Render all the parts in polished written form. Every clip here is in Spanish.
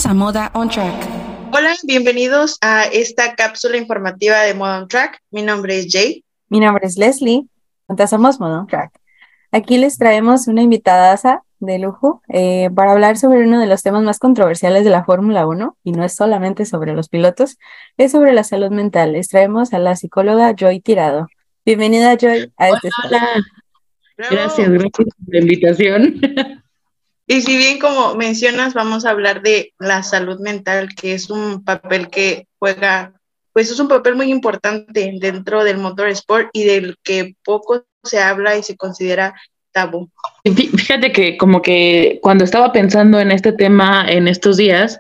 Bienvenidos a Moda on Track. Hola, bienvenidos a esta cápsula informativa de Moda on Track. Mi nombre es Jay. Mi nombre es Leslie. Juntas somos Moda on Track. Aquí les traemos una invitadaza de lujo para hablar sobre uno de los temas más controversiales de la Fórmula 1, y no es solamente sobre los pilotos, es sobre la salud mental. Les traemos a la psicóloga Joy Tirado. Bienvenida, Joy, a este espacio. Hola, Bravo. gracias por la invitación. Y si bien, como mencionas, vamos a hablar de la salud mental, que es un papel que juega, pues es un papel muy importante dentro del motorsport y del que poco se habla y se considera tabú. Fíjate que como que cuando estaba pensando en este tema en estos días,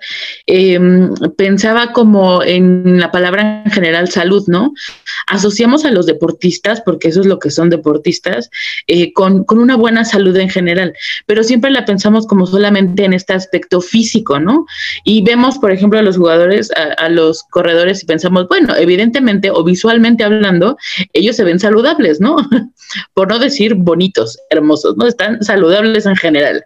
pensaba como en la palabra en general salud, ¿no? Asociamos a los deportistas, porque eso es lo que son deportistas, con una buena salud en general, pero siempre la pensamos como solamente en este aspecto físico, ¿no? Y vemos, por ejemplo, a los jugadores, a los corredores y pensamos, bueno, evidentemente o visualmente hablando, ellos se ven saludables, ¿no? Por no decir bonitos, hermosos, ¿no? Están saludables en general.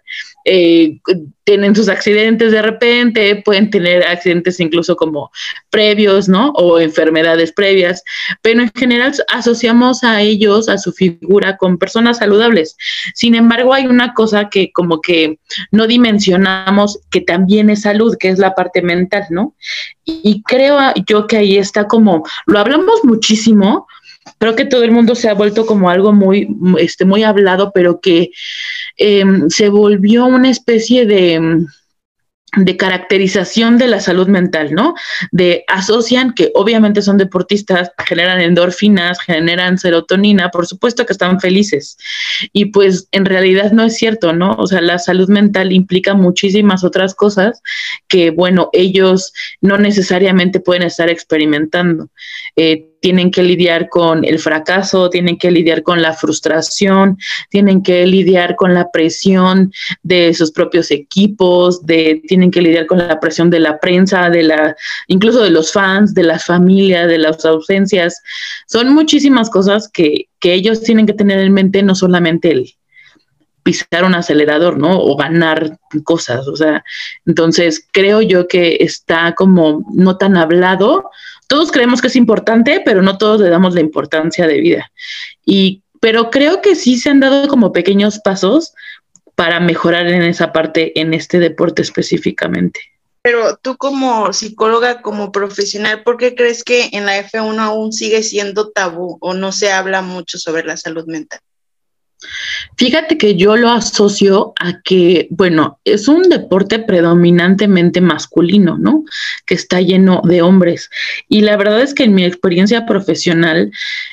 Tienen sus accidentes de repente, pueden tener accidentes incluso como previos, ¿no? O enfermedades previas, pero en general asociamos a ellos, a su figura, con personas saludables. Sin embargo, hay una cosa que como que no dimensionamos, que también es salud, que es la parte mental, ¿no? Y creo yo que ahí está como, lo hablamos muchísimo. Creo que todo el mundo se ha vuelto como algo muy hablado, pero que se volvió una especie de caracterización de la salud mental, ¿no? Asocian que obviamente son deportistas, generan endorfinas, generan serotonina, por supuesto que están felices. Y pues en realidad no es cierto, ¿no? O sea, la salud mental implica muchísimas otras cosas que, bueno, ellos no necesariamente pueden estar experimentando. Tienen que lidiar con el fracaso, tienen que lidiar con la frustración, tienen que lidiar con la presión de sus propios equipos, tienen que lidiar con la presión de la prensa, incluso de los fans, de las familias, de las ausencias. Son muchísimas cosas que ellos tienen que tener en mente, no solamente el pisar un acelerador, ¿no? O ganar cosas, o sea, entonces creo yo que está como no tan hablado. Todos creemos que es importante, pero no todos le damos la importancia de vida. Pero creo que sí se han dado como pequeños pasos para mejorar en esa parte, en este deporte específicamente. Pero tú como psicóloga, como profesional, ¿por qué crees que en la F1 aún sigue siendo tabú o no se habla mucho sobre la salud mental? Fíjate que yo lo asocio a que, bueno, es un deporte predominantemente masculino, ¿no? Que está lleno de hombres. Y la verdad es que en mi experiencia profesional,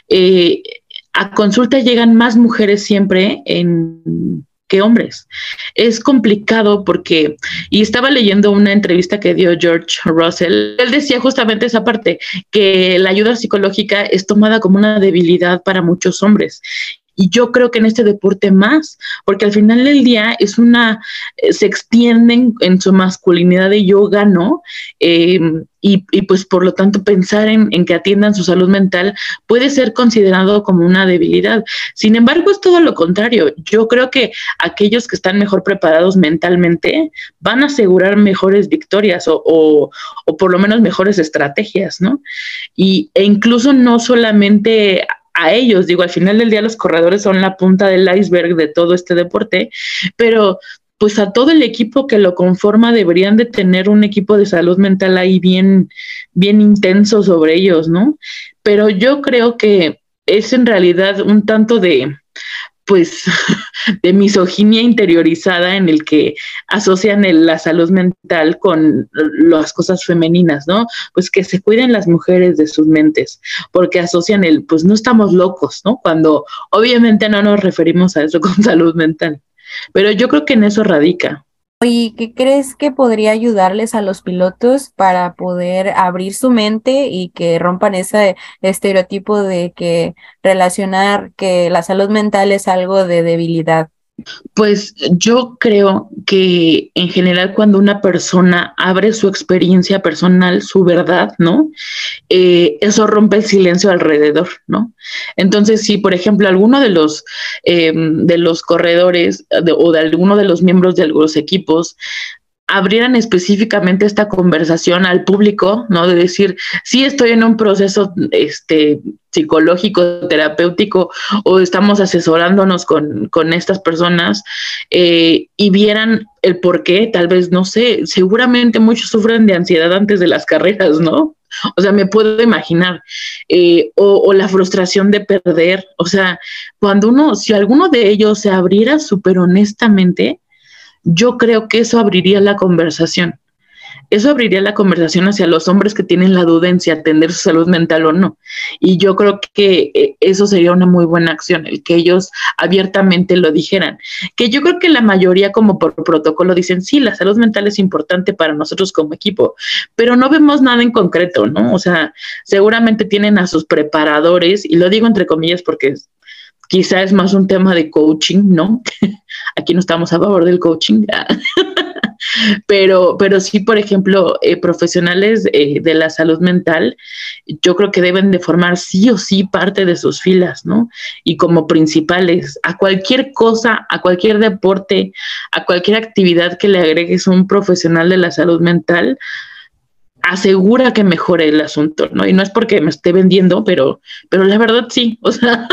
a consulta llegan más mujeres siempre que hombres. Es complicado porque, y estaba leyendo una entrevista que dio George Russell, él decía justamente esa parte, que la ayuda psicológica es tomada como una debilidad para muchos hombres. Y yo creo que en este deporte más, porque al final del día se extienden en su masculinidad de yoga, ¿no? Y pues por lo tanto pensar en que atiendan su salud mental puede ser considerado como una debilidad. Sin embargo, es todo lo contrario. Yo creo que aquellos que están mejor preparados mentalmente van a asegurar mejores victorias o por lo menos mejores estrategias, ¿no? E incluso no solamente a ellos, digo, al final del día los corredores son la punta del iceberg de todo este deporte, pero pues a todo el equipo que lo conforma deberían de tener un equipo de salud mental ahí bien, bien intenso sobre ellos, ¿no? Pero yo creo que es en realidad un tanto de misoginia interiorizada en el que asocian la salud mental con las cosas femeninas, ¿no? Pues que se cuiden las mujeres de sus mentes, porque asocian pues no estamos locos, ¿no? Cuando obviamente no nos referimos a eso con salud mental. Pero yo creo que en eso radica. ¿Y qué crees que podría ayudarles a los pilotos para poder abrir su mente y que rompan ese estereotipo de que relacionar que la salud mental es algo de debilidad? Pues yo creo que en general cuando una persona abre su experiencia personal, su verdad, ¿no? Eso rompe el silencio alrededor, ¿no? Entonces, si por ejemplo alguno de los corredores o de alguno de los miembros de algunos equipos abrieran específicamente esta conversación al público, ¿no? De decir, sí estoy en un proceso psicológico, terapéutico, o estamos asesorándonos con estas personas, y vieran el por qué, tal vez, no sé, seguramente muchos sufren de ansiedad antes de las carreras, ¿no? O sea, me puedo imaginar, o la frustración de perder, o sea, si alguno de ellos se abriera súper honestamente, yo creo que eso abriría la conversación. Eso abriría la conversación hacia los hombres que tienen la duda en si atender su salud mental o no. Y yo creo que eso sería una muy buena acción, el que ellos abiertamente lo dijeran. Que yo creo que la mayoría, como por protocolo, dicen, sí, la salud mental es importante para nosotros como equipo, pero no vemos nada en concreto, ¿no? O sea, seguramente tienen a sus preparadores, y lo digo entre comillas porque quizá es más un tema de coaching, ¿no? Aquí no estamos a favor del coaching, pero sí, por ejemplo, profesionales de la salud mental, yo creo que deben de formar sí o sí parte de sus filas, ¿no? Y como principales, a cualquier cosa, a cualquier deporte, a cualquier actividad que le agregues un profesional de la salud mental, asegura que mejore el asunto, ¿no? Y no es porque me esté vendiendo, pero la verdad sí, o sea,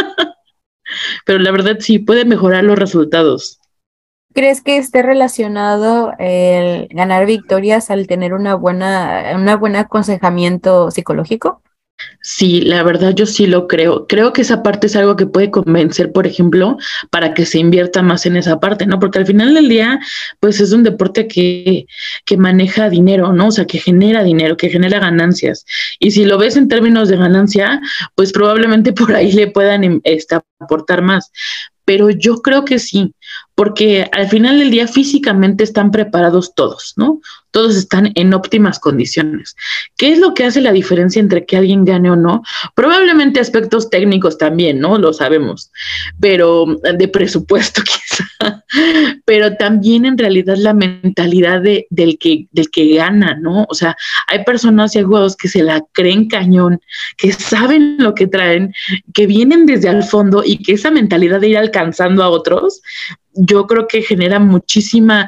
pero la verdad sí puede mejorar los resultados. ¿Crees que esté relacionado el ganar victorias al tener un buen aconsejamiento psicológico? Sí, la verdad yo sí lo creo. Creo que esa parte es algo que puede convencer, por ejemplo, para que se invierta más en esa parte, ¿no? Porque al final del día, pues es un deporte que maneja dinero, ¿no? O sea, que genera dinero, que genera ganancias. Y si lo ves en términos de ganancia, pues probablemente por ahí le puedan aportar más. Pero yo creo que sí, porque al final del día físicamente están preparados todos, ¿no? Todos están en óptimas condiciones. ¿Qué es lo que hace la diferencia entre que alguien gane o no? Probablemente aspectos técnicos también, ¿no? Lo sabemos, pero de presupuesto quizá, pero también en realidad la mentalidad del que gana, ¿no? O sea, hay personas y hay jugadores que se la creen cañón, que saben lo que traen, que vienen desde al fondo y que esa mentalidad de ir alcanzando a otros, yo creo que genera muchísima,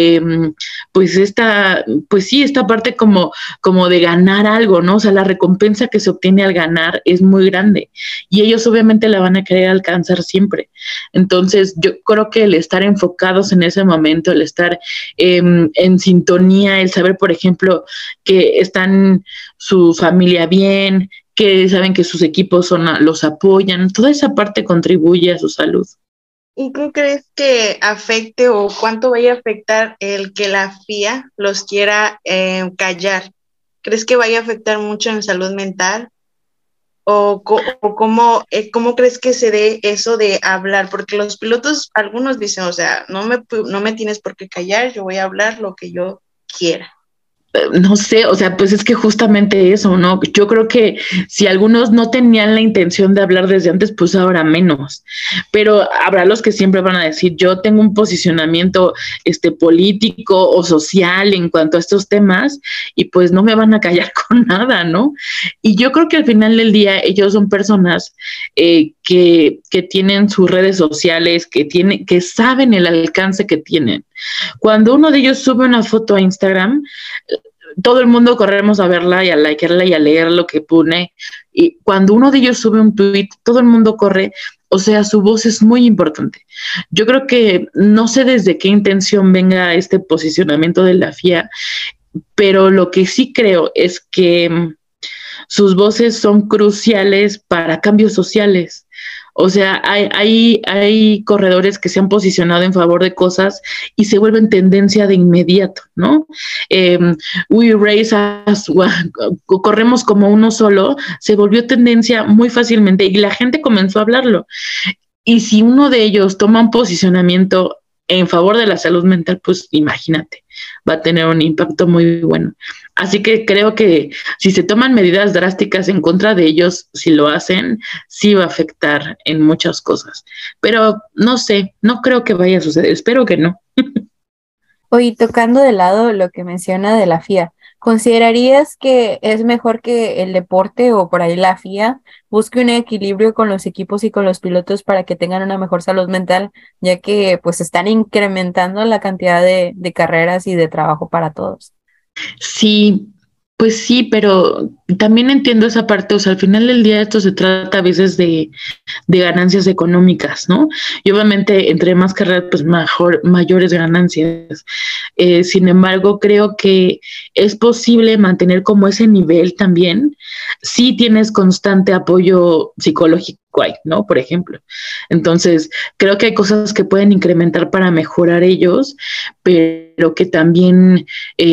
pues esta parte como de ganar algo, ¿no? O sea, la recompensa que se obtiene al ganar es muy grande y ellos obviamente la van a querer alcanzar siempre. Entonces, yo creo que el estar enfocados en ese momento, el estar en sintonía, el saber, por ejemplo, que están su familia bien, que saben que sus equipos los apoyan, toda esa parte contribuye a su salud. ¿Y qué crees que afecte o cuánto vaya a afectar el que la FIA los quiera callar? ¿Crees que vaya a afectar mucho en salud mental? ¿O cómo crees que se dé eso de hablar? Porque los pilotos, algunos dicen, o sea, no me tienes por qué callar, yo voy a hablar lo que yo quiera. No sé, o sea, pues es que justamente eso, ¿no? Yo creo que si algunos no tenían la intención de hablar desde antes, pues ahora menos. Pero habrá los que siempre van a decir, yo tengo un posicionamiento político o social en cuanto a estos temas y pues no me van a callar con nada, ¿no? Y yo creo que al final del día ellos son personas que tienen sus redes sociales, que saben el alcance que tienen. Cuando uno de ellos sube una foto a Instagram, todo el mundo corremos a verla y a likearla y a leer lo que pone. Y cuando uno de ellos sube un tweet, todo el mundo corre. O sea, su voz es muy importante. Yo creo que no sé desde qué intención venga este posicionamiento de la FIA, pero lo que sí creo es que sus voces son cruciales para cambios sociales. O sea, hay corredores que se han posicionado en favor de cosas y se vuelven tendencia de inmediato, ¿no? We race as one, corremos como uno solo, se volvió tendencia muy fácilmente y la gente comenzó a hablarlo. Y si uno de ellos toma un posicionamiento en favor de la salud mental, pues imagínate, va a tener un impacto muy bueno. Así que creo que si se toman medidas drásticas en contra de ellos, si lo hacen, sí va a afectar en muchas cosas. Pero no sé, no creo que vaya a suceder, espero que no. Oye, tocando de lado lo que menciona de la FIA, ¿considerarías que es mejor que el deporte o por ahí la FIA busque un equilibrio con los equipos y con los pilotos para que tengan una mejor salud mental, ya que pues están incrementando la cantidad de carreras y de trabajo para todos? Sí, pues sí, pero también entiendo esa parte, o sea, al final del día esto se trata a veces de ganancias económicas, ¿no? Y obviamente entre más carreras, pues mayores ganancias. Sin embargo, creo que es posible mantener como ese nivel también si tienes constante apoyo psicológico ahí, ¿no? Por ejemplo. Entonces, creo que hay cosas que pueden incrementar para mejorar ellos, pero que también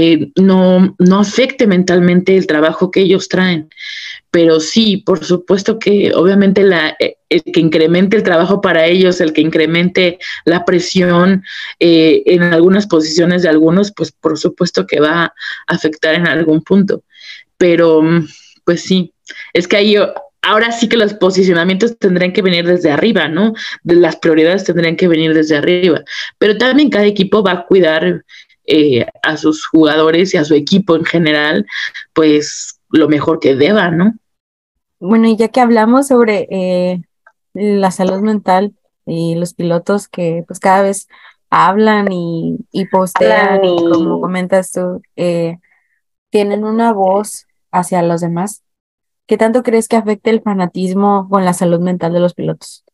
no afecte mentalmente el trabajo que ellos traen. Pero sí, por supuesto que obviamente el que incremente el trabajo para ellos, el que incremente la presión en algunas posiciones de algunos, pues por supuesto que va a afectar en algún punto. Pero pues sí, es que ahí ahora sí que los posicionamientos tendrán que venir desde arriba, ¿no? Las prioridades tendrán que venir desde arriba. Pero también cada equipo va a cuidar a sus jugadores y a su equipo en general, pues lo mejor que deba, ¿no? Bueno, y ya que hablamos sobre la salud mental y los pilotos que pues cada vez hablan y postean y como comentas tú, tienen una voz hacia los demás. ¿Qué tanto crees que afecte el fanatismo con la salud mental de los pilotos?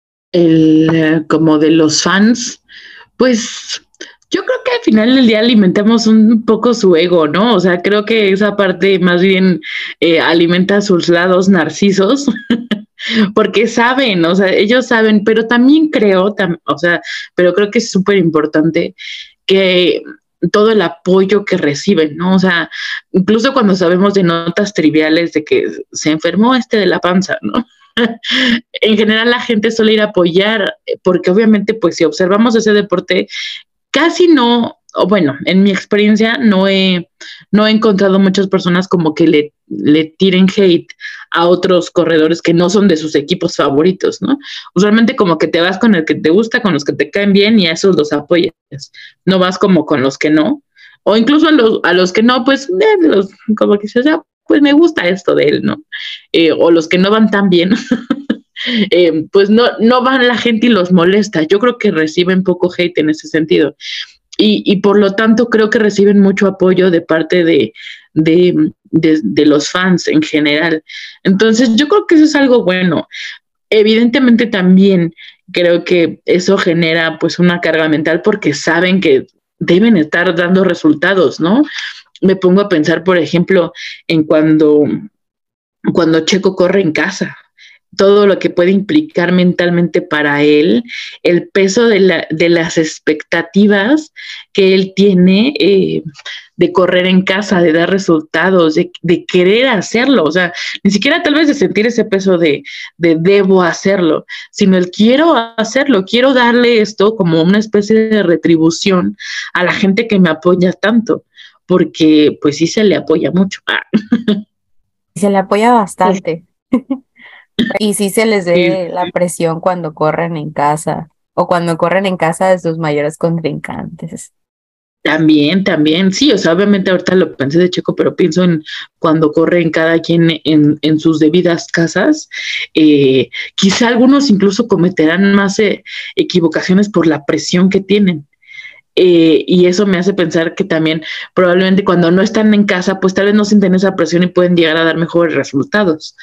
Como de los fans, pues yo creo que al final del día alimentamos un poco su ego, ¿no? O sea, creo que esa parte más bien alimenta sus lados narcisos, porque saben, o sea, ellos saben, pero también creo, o sea, pero creo que es súper importante que todo el apoyo que reciben, ¿no? O sea, incluso cuando sabemos de notas triviales de que se enfermó de la panza, ¿no? En general la gente suele ir a apoyar, porque obviamente pues si observamos ese deporte, casi no, o bueno, en mi experiencia no he encontrado muchas personas como que le tiren hate a otros corredores que no son de sus equipos favoritos, ¿no? Usualmente como que te vas con el que te gusta, con los que te caen bien y a esos los apoyas, no vas como con los que no, o incluso a los que no, pues como que dices, pues me gusta esto de él, ¿no? O los que no van tan bien, pues no van la gente y los molesta. Yo creo que reciben poco hate en ese sentido. Y por lo tanto creo que reciben mucho apoyo de parte de los fans en general. Entonces yo creo que eso es algo bueno. Evidentemente también creo que eso genera pues una carga mental porque saben que deben estar dando resultados, ¿no? Me pongo a pensar, por ejemplo, en cuando Checo corre en casa, todo lo que puede implicar mentalmente para él, el peso de las expectativas que él tiene de correr en casa, de dar resultados, de querer hacerlo, o sea, ni siquiera tal vez de sentir ese peso de debo hacerlo, sino el quiero hacerlo, quiero darle esto como una especie de retribución a la gente que me apoya tanto, porque pues sí se le apoya mucho. Se le apoya bastante. Y sí se les dé la presión cuando corren en casa o cuando corren en casa de sus mayores contrincantes. También, sí, o sea, obviamente ahorita lo pensé de Checo, pero pienso en cuando corren cada quien en sus debidas casas, quizá algunos incluso cometerán más equivocaciones por la presión que tienen. Y eso me hace pensar que también probablemente cuando no están en casa, pues tal vez no sienten esa presión y pueden llegar a dar mejores resultados,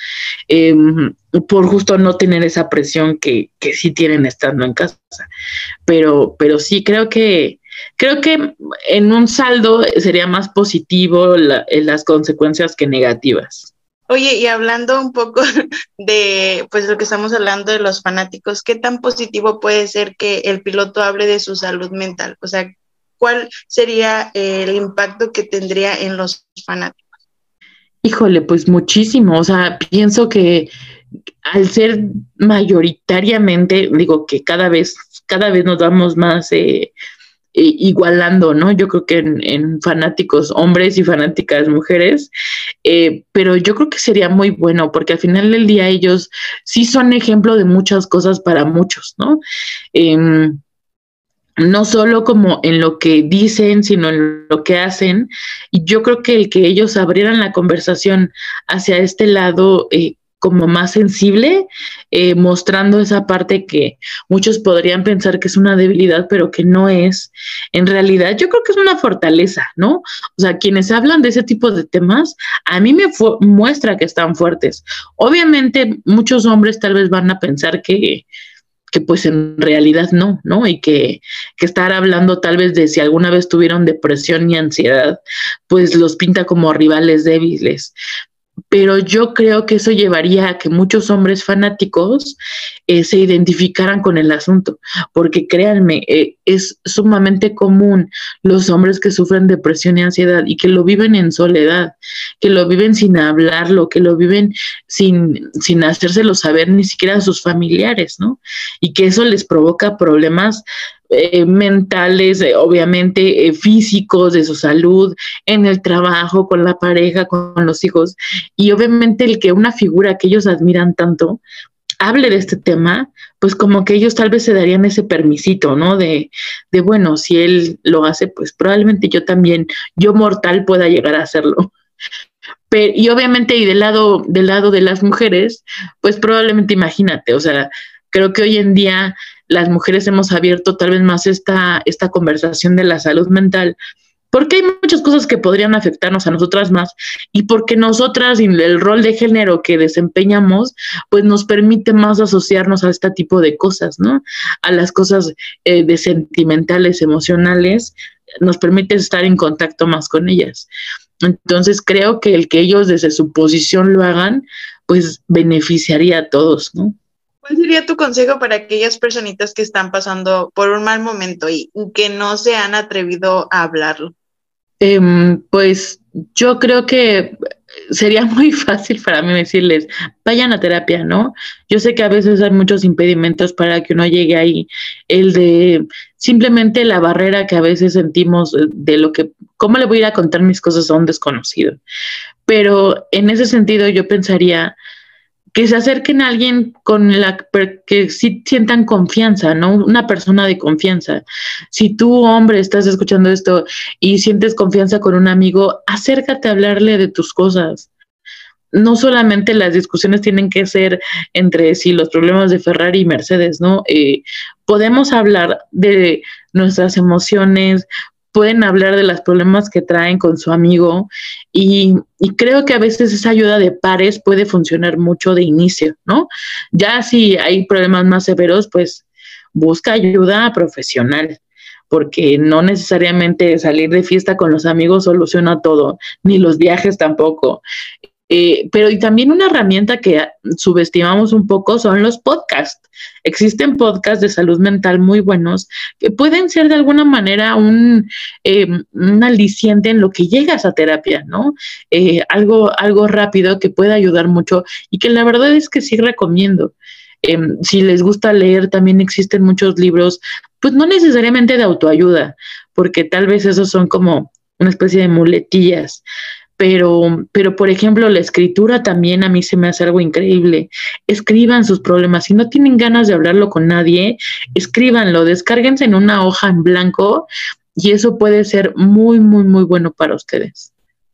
por justo no tener esa presión que sí tienen estando en casa. Pero sí, creo que en un saldo sería más positivo las consecuencias que negativas. Oye, y hablando un poco de, pues lo que estamos hablando de los fanáticos, ¿qué tan positivo puede ser que el piloto hable de su salud mental? O sea, ¿cuál sería el impacto que tendría en los fanáticos? Híjole, pues muchísimo. O sea, pienso que al ser mayoritariamente, digo que cada vez nos damos más igualando, ¿no? Yo creo que en fanáticos hombres y fanáticas mujeres, pero yo creo que sería muy bueno porque al final del día ellos sí son ejemplo de muchas cosas para muchos, ¿no? no solo como en lo que dicen, sino en lo que hacen. Y yo creo que el que ellos abrieran la conversación hacia este lado como más sensible, mostrando esa parte que muchos podrían pensar que es una debilidad, pero que no es. En realidad, yo creo que es una fortaleza, ¿no? O sea, quienes hablan de ese tipo de temas, a mí me muestra que están fuertes. Obviamente, muchos hombres tal vez van a pensar que pues en realidad no, ¿no? Y que estar hablando tal vez de si alguna vez tuvieron depresión y ansiedad, pues los pinta como rivales débiles. Pero yo creo que eso llevaría a que muchos hombres fanáticos se identificaran con el asunto, porque créanme, es sumamente común los hombres que sufren depresión y ansiedad y que lo viven en soledad, que lo viven sin hablarlo, que lo viven sin hacérselo saber ni siquiera a sus familiares, ¿no? Y que eso les provoca problemas mentales, obviamente físicos, de su salud, en el trabajo, con la pareja, con los hijos. Y obviamente el que una figura que ellos admiran tanto hable de este tema, pues como que ellos tal vez se darían ese permisito, ¿no? De bueno, si él lo hace, pues probablemente yo también, yo mortal, pueda llegar a hacerlo. Pero, y obviamente, y del lado de las mujeres, pues probablemente imagínate, o sea, creo que hoy en día las mujeres hemos abierto tal vez más esta conversación de la salud mental, porque hay muchas cosas que podrían afectarnos a nosotras más y porque nosotras, y el rol de género que desempeñamos, pues nos permite más asociarnos a este tipo de cosas, ¿no? A las cosas de sentimentales, emocionales, nos permite estar en contacto más con ellas. Entonces creo que el que ellos desde su posición lo hagan, pues beneficiaría a todos, ¿no? ¿Cuál sería tu consejo para aquellas personitas que están pasando por un mal momento y que no se han atrevido a hablarlo? Pues yo creo que sería muy fácil para mí decirles, vayan a terapia, ¿no? Yo sé que a veces hay muchos impedimentos para que uno llegue ahí, el de simplemente la barrera que a veces sentimos de lo que, ¿cómo le voy a ir a contar mis cosas a un desconocido? Pero en ese sentido yo pensaría que se acerquen a alguien con la que sí sientan confianza, ¿no? Una persona de confianza. Si tú, hombre, estás escuchando esto y sientes confianza con un amigo, acércate a hablarle de tus cosas. No solamente las discusiones tienen que ser entre sí los problemas de Ferrari y Mercedes, ¿no? Podemos hablar de nuestras emociones, pueden hablar de los problemas que traen con su amigo y creo que a veces esa ayuda de pares puede funcionar mucho de inicio, ¿no? Ya si hay problemas más severos, pues busca ayuda profesional, porque no necesariamente salir de fiesta con los amigos soluciona todo, ni los viajes tampoco. Pero y también una herramienta que subestimamos un poco son los podcasts. Existen podcasts de salud mental muy buenos que pueden ser de alguna manera un aliciente en lo que llegas a terapia, ¿no? Algo rápido que puede ayudar mucho y que la verdad es que sí recomiendo. Si les gusta leer, también existen muchos libros, pues no necesariamente de autoayuda, porque tal vez esos son como una especie de muletillas. Pero, por ejemplo, la escritura también a mí se me hace algo increíble. Escriban sus problemas. Si no tienen ganas de hablarlo con nadie, escríbanlo, descárguense en una hoja en blanco y eso puede ser muy, muy, muy bueno para ustedes.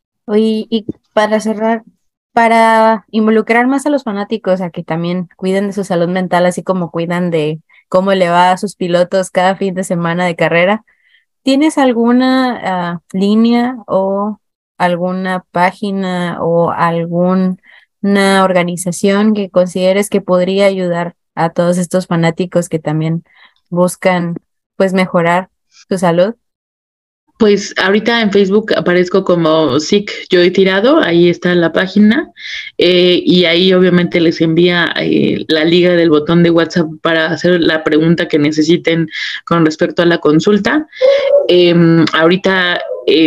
Y para cerrar, para involucrar más a los fanáticos a que también cuiden de su salud mental, así como cuidan de cómo le va a sus pilotos cada fin de semana de carrera, ¿tienes alguna línea o alguna página o alguna organización que consideres que podría ayudar a todos estos fanáticos que también buscan pues mejorar su salud? Pues ahorita en Facebook aparezco como Sick Joy Tirado, ahí está la página y ahí obviamente les envía la liga del botón de WhatsApp para hacer la pregunta que necesiten con respecto a la consulta. Ahorita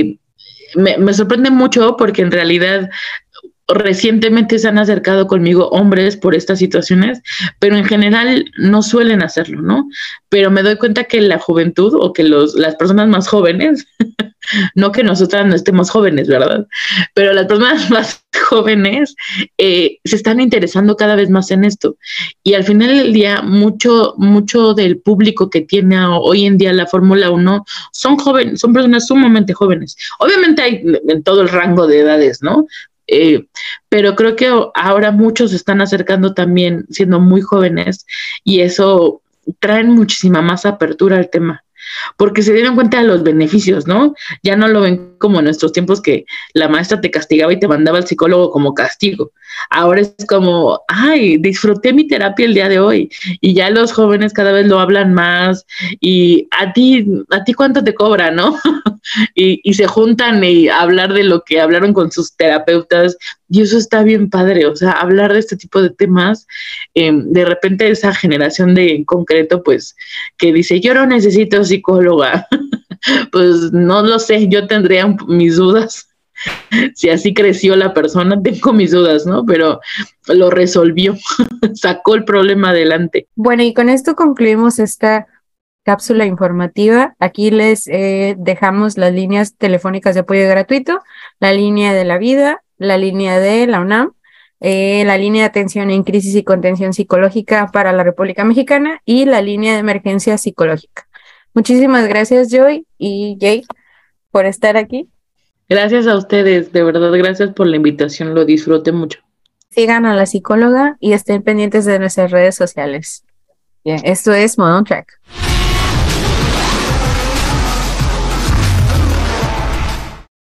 me sorprende mucho porque en realidad recientemente se han acercado conmigo hombres por estas situaciones, pero en general no suelen hacerlo, ¿no? Pero me doy cuenta que la juventud o que las personas más jóvenes No que nosotras no estemos jóvenes, ¿verdad? Pero las personas más jóvenes se están interesando cada vez más en esto. Y al final del día, mucho del público que tiene hoy en día la Fórmula 1 son jóvenes, son personas sumamente jóvenes. Obviamente hay en todo el rango de edades, ¿no? Pero creo que ahora muchos se están acercando también siendo muy jóvenes y eso traen muchísima más apertura al tema, porque se dieron cuenta de los beneficios, ¿no? Ya no lo ven como en nuestros tiempos que la maestra te castigaba y te mandaba al psicólogo como castigo. Ahora es como, ay, disfruté mi terapia el día de hoy, y ya los jóvenes cada vez lo hablan más, y a ti cuánto te cobra, ¿no? y se juntan y hablar de lo que hablaron con sus terapeutas, y eso está bien padre, o sea, hablar de este tipo de temas, de repente esa generación de en concreto, pues, que dice, yo no necesito psicóloga, pues no lo sé, yo tendría mis dudas. Si así creció la persona, tengo mis dudas, ¿no? Pero lo resolvió, sacó el problema adelante. Bueno, y con esto concluimos esta cápsula informativa. Aquí les dejamos las líneas telefónicas de apoyo gratuito, la línea de la vida, la línea de la UNAM, la línea de atención en crisis y contención psicológica para la República Mexicana y la línea de emergencia psicológica. Muchísimas gracias, Joy y Jay, por estar aquí. Gracias a ustedes, de verdad, gracias por la invitación, lo disfruté mucho. Sigan a la psicóloga y estén pendientes de nuestras redes sociales. Bien, esto es Modo On Track.